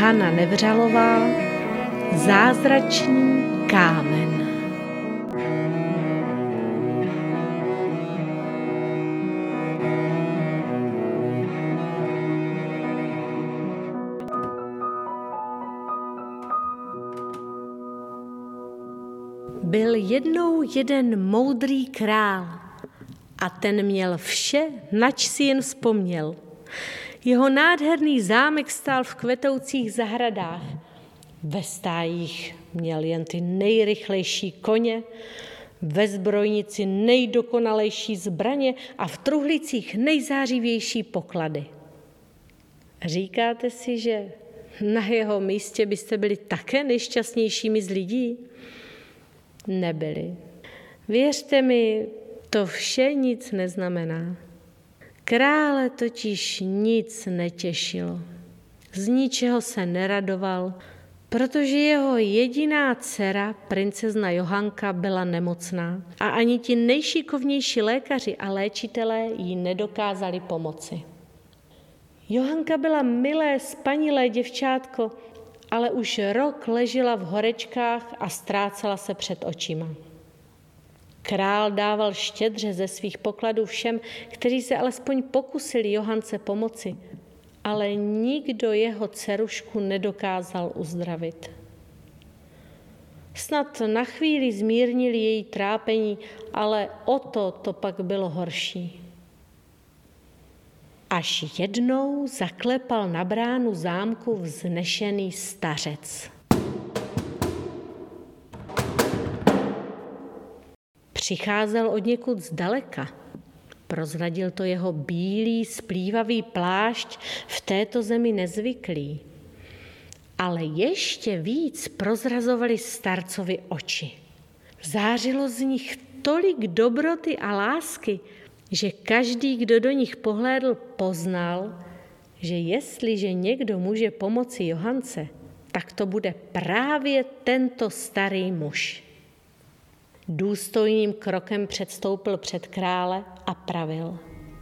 Hana Nevřalová, Zázračný kámen. Byl jednou jeden moudrý král a ten měl vše, nač si jen vzpomněl. Jeho nádherný zámek stál v kvetoucích zahradách. Ve stájích měl jen ty nejrychlejší koně, ve zbrojnici nejdokonalejší zbraně a v truhlicích nejzářivější poklady. Říkáte si, že na jeho místě byste byli také nejšťastnějšími z lidí? Nebyli. Věřte mi, to vše nic neznamená. Krále totiž nic netěšilo. Z ničeho se neradoval, protože jeho jediná dcera, princezna Johanka, byla nemocná a ani ti nejšikovnější lékaři a léčitelé jí nedokázali pomoci. Johanka byla milé, spanilé děvčátko, ale už rok ležela v horečkách a ztrácela se před očima. Král dával štědře ze svých pokladů všem, kteří se alespoň pokusili Johance pomoci, ale nikdo jeho dcerušku nedokázal uzdravit. Snad na chvíli zmírnili její trápení, ale o to pak bylo horší. Až jednou zaklepal na bránu zámku vznešený stařec. Přicházel odněkud zdaleka. Prozradil to jeho bílý, splývavý plášť, v této zemi nezvyklý. Ale ještě víc prozrazovaly starcovi oči. Zářilo z nich tolik dobroty a lásky, že každý, kdo do nich pohlédl, poznal, že jestliže někdo může pomoci Johance, tak to bude právě tento starý muž. Důstojným krokem předstoupil před krále a pravil: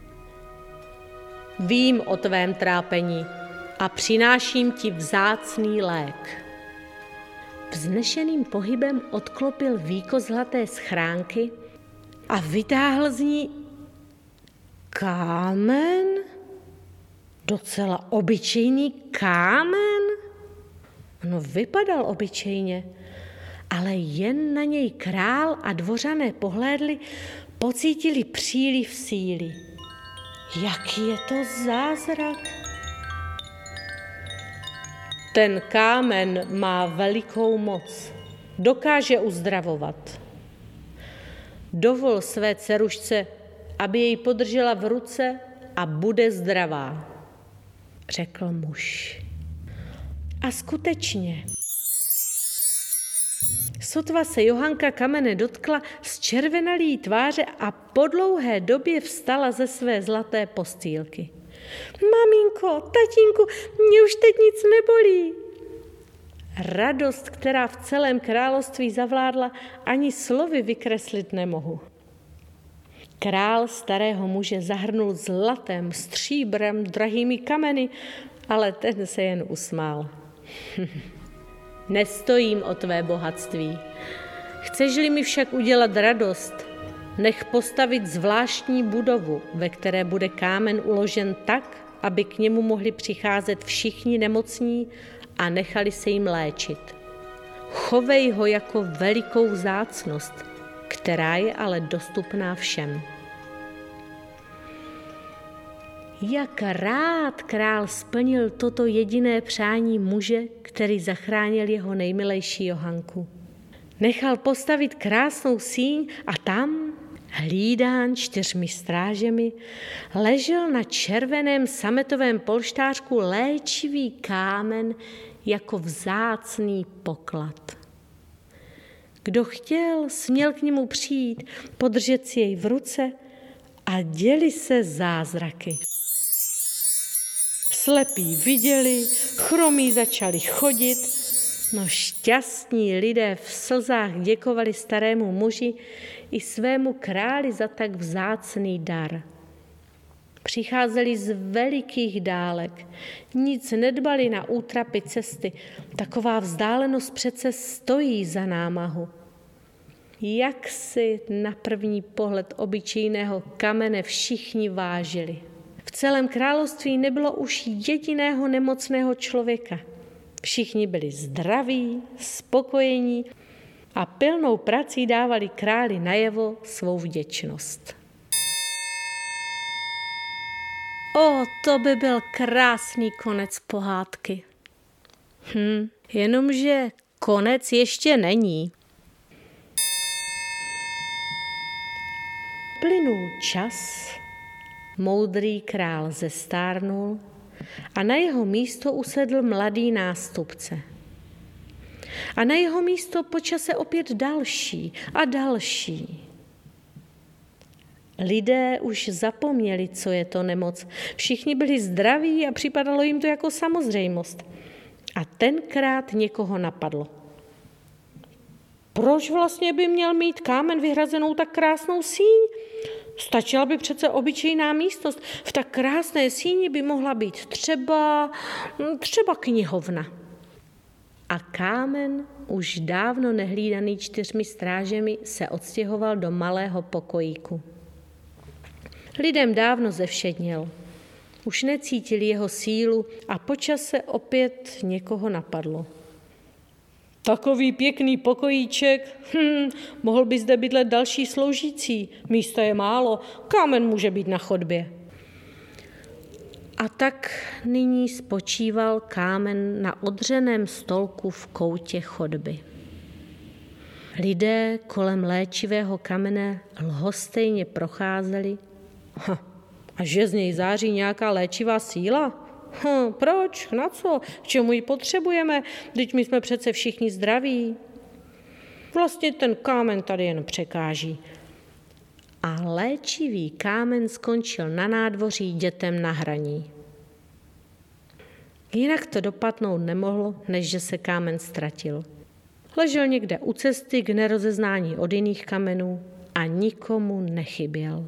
Vím o tvém trápení a přináším ti vzácný lék. Vznešeným pohybem odklopil víko zlaté schránky a vytáhl z ní kámen? Docela obyčejný kámen? No, vypadal obyčejně, ale jen na něj král a dvořané pohlédli, pocítili příliv síly. Jaký je to zázrak? Ten kámen má velikou moc. Dokáže uzdravovat. Dovol své dcerušce, aby jej podržela v ruce a bude zdravá, řekl muž. A skutečně, sotva se Johanka kamene dotkla, zčervenalí jí tváře a po dlouhé době vstala ze své zlaté postýlky. Maminko, tatínku, mě už teď nic nebolí. Radost, která v celém království zavládla, ani slovy vykreslit nemohu. Král starého muže zahrnul zlatem, stříbrem, drahými kameny, ale ten se jen usmál. Nestojím o tvé bohatství. Chceš-li mi však udělat radost, nech postavit zvláštní budovu, ve které bude kámen uložen tak, aby k němu mohli přicházet všichni nemocní a nechali se jim léčit. Chovej ho jako velikou vzácnost, která je ale dostupná všem. Jak rád král splnil toto jediné přání muže, který zachránil jeho nejmilejší Johanku. Nechal postavit krásnou síň a tam, hlídán 4 strážemi, ležel na červeném sametovém polštářku léčivý kámen jako vzácný poklad. Kdo chtěl, směl k němu přijít, podržet si jej v ruce a děli se zázraky. Slepí viděli, chromí začali chodit, no šťastní lidé v slzách děkovali starému muži i svému králi za tak vzácný dar. Přicházeli z velikých dálek, nic nedbali na útrapy cesty. Taková vzdálenost přece stojí za námahu. Jak si na první pohled obyčejného kamene všichni vážili. V celém království nebylo už jediného nemocného člověka. Všichni byli zdraví, spokojení a pilnou prací dávali králi najevo svou vděčnost. To by byl krásný konec pohádky. Jenomže konec ještě není. Plynul čas, moudrý král zestárnul a na jeho místo usedl mladý nástupce. A na jeho místo po čase opět další a další. Lidé už zapomněli, co je to nemoc. Všichni byli zdraví a připadalo jim to jako samozřejmost. A tenkrát někoho napadlo. Proč vlastně by měl mít kámen vyhrazenou tak krásnou síň? Stačila by přece obyčejná místnost. V tak krásné síni by mohla být třeba knihovna. A kámen, už dávno nehlídaný 4 strážemi, se odstěhoval do malého pokojíku. Lidem dávno zevšedněl. Už necítili jeho sílu a po čase opět někoho napadlo. Takový pěkný pokojíček, mohl by zde bydlet další sloužící, místa je málo, kámen může být na chodbě. A tak nyní spočíval kámen na odřeném stolku v koutě chodby. Lidé kolem léčivého kamene lhostejně procházeli. A že z něj září nějaká léčivá síla? Proč? Na co? K čemu ji potřebujeme? Vždyť my jsme přece všichni zdraví. Vlastně ten kámen tady jen překáží. A léčivý kámen skončil na nádvoří dětem na hraní. Jinak to dopadnout nemohlo, než že se kámen ztratil. Ležel někde u cesty k nerozeznání od jiných kamenů a nikomu nechyběl.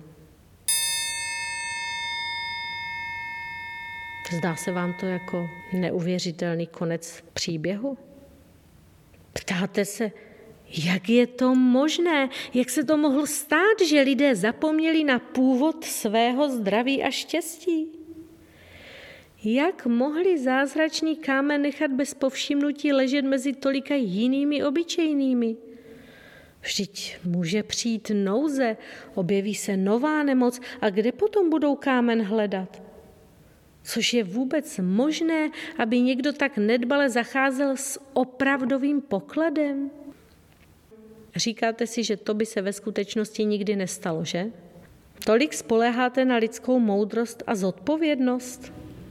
Zdá se vám to jako neuvěřitelný konec příběhu? Ptáte se, jak je to možné? Jak se to mohlo stát, že lidé zapomněli na původ svého zdraví a štěstí? Jak mohli zázračný kámen nechat bez povšimnutí ležet mezi tolika jinými obyčejnými? Vždyť může přijít nouze, objeví se nová nemoc a kde potom budou kámen hledat? Což je vůbec možné, aby někdo tak nedbale zacházel s opravdovým pokladem? Říkáte si, že to by se ve skutečnosti nikdy nestalo, že? Tolik spoléháte na lidskou moudrost a zodpovědnost?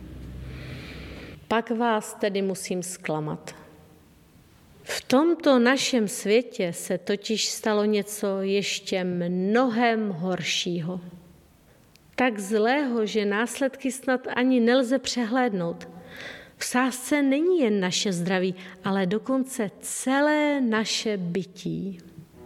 Pak vás tedy musím zklamat. V tomto našem světě se totiž stalo něco ještě mnohem horšího. Tak zlého, že následky snad ani nelze přehlédnout. V sázce není jen naše zdraví, ale dokonce celé naše bytí.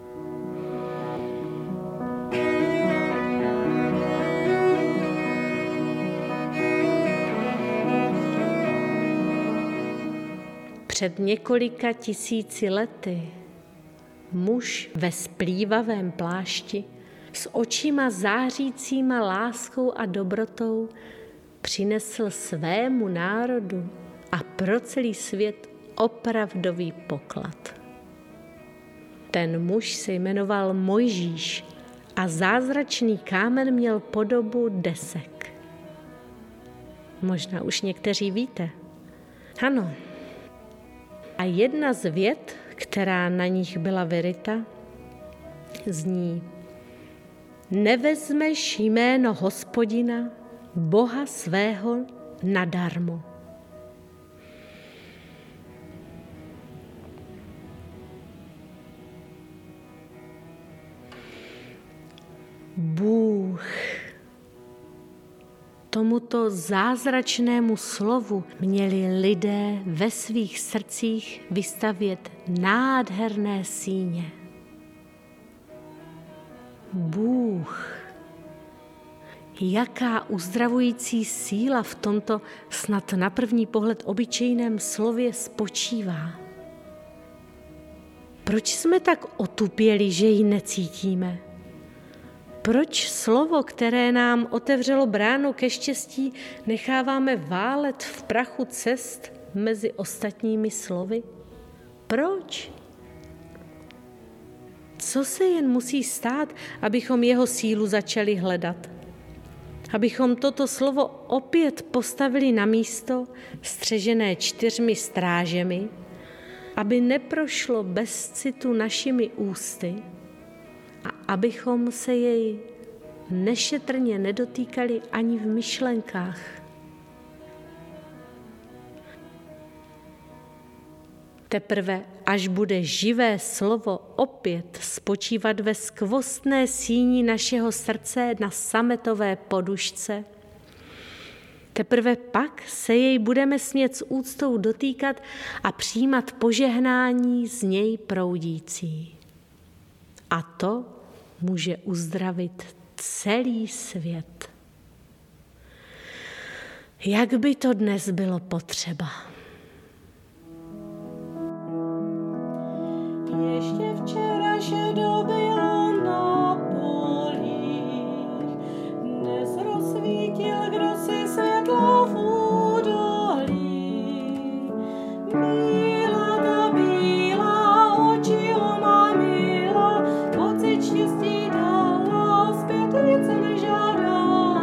Před několika 1000 lety muž ve splývavém plášti s očima zářícíma láskou a dobrotou přinesl svému národu a pro celý svět opravdový poklad. Ten muž se jmenoval Mojžíš a zázračný kámen měl podobu desek. Možná už někteří víte. Ano. A jedna z vět, která na nich byla vyryta, zní: Nevezmeš jméno Hospodina, Boha svého, nadarmo. Bůh. Tomuto zázračnému slovu měli lidé ve svých srdcích vystavět nádherné síně. Bůh. Jaká uzdravující síla v tomto snad na první pohled obyčejném slově spočívá. Proč jsme tak otupěli, že ji necítíme? Proč slovo, které nám otevřelo bránu ke štěstí, necháváme válet v prachu cest mezi ostatními slovy? Proč? Co se jen musí stát, abychom jeho sílu začali hledat? Abychom toto slovo opět postavili na místo, střežené 4 strážemi, aby neprošlo bez citu našimi ústy a abychom se jej nešetrně nedotýkali ani v myšlenkách. Teprve až bude živé slovo opět spočívat ve skvostné síni našeho srdce na sametové podušce, teprve pak se jej budeme smět s úctou dotýkat a přijímat požehnání z něj proudící. A to může uzdravit celý svět. Jak by to dnes bylo potřeba? Ještě včera šedo bylo na polích, dnes rozsvítil kdo si světlo v údolí. Bílá ta bílá, oči ho má milá, pocit štěstí dala, zpět nic nežádala.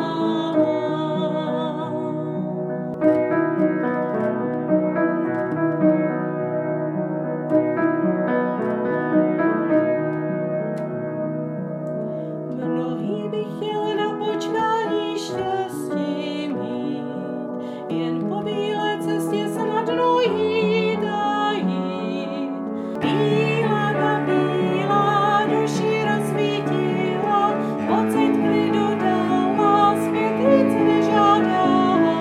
Jen po bílé cestě snadno jít a jít. Bílá ta bílá duši rozsvítila, pocit klidu dala, zpět nic nežádala.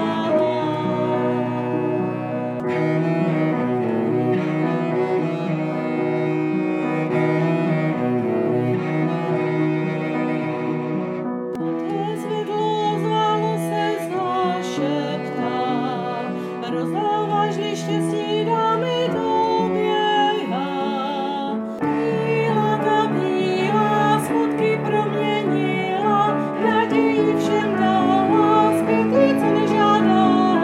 Poté zvedlo, zválo se rozdáváš-li štěstí, dámy tobě já. Bílá ta bílá smutky proměnila, naději všem dala, zpět nic nežádala.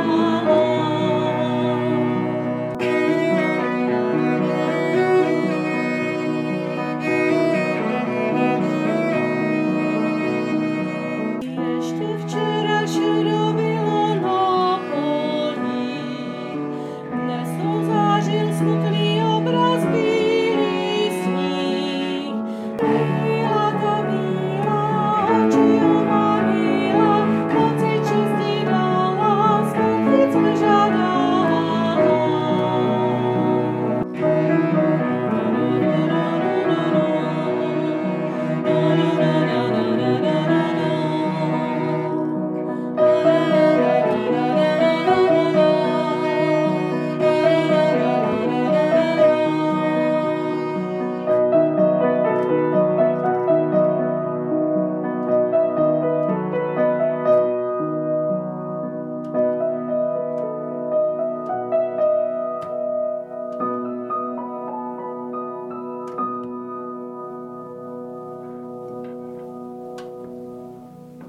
Ještě včera šedo bylo na polích, dnes zářil smutný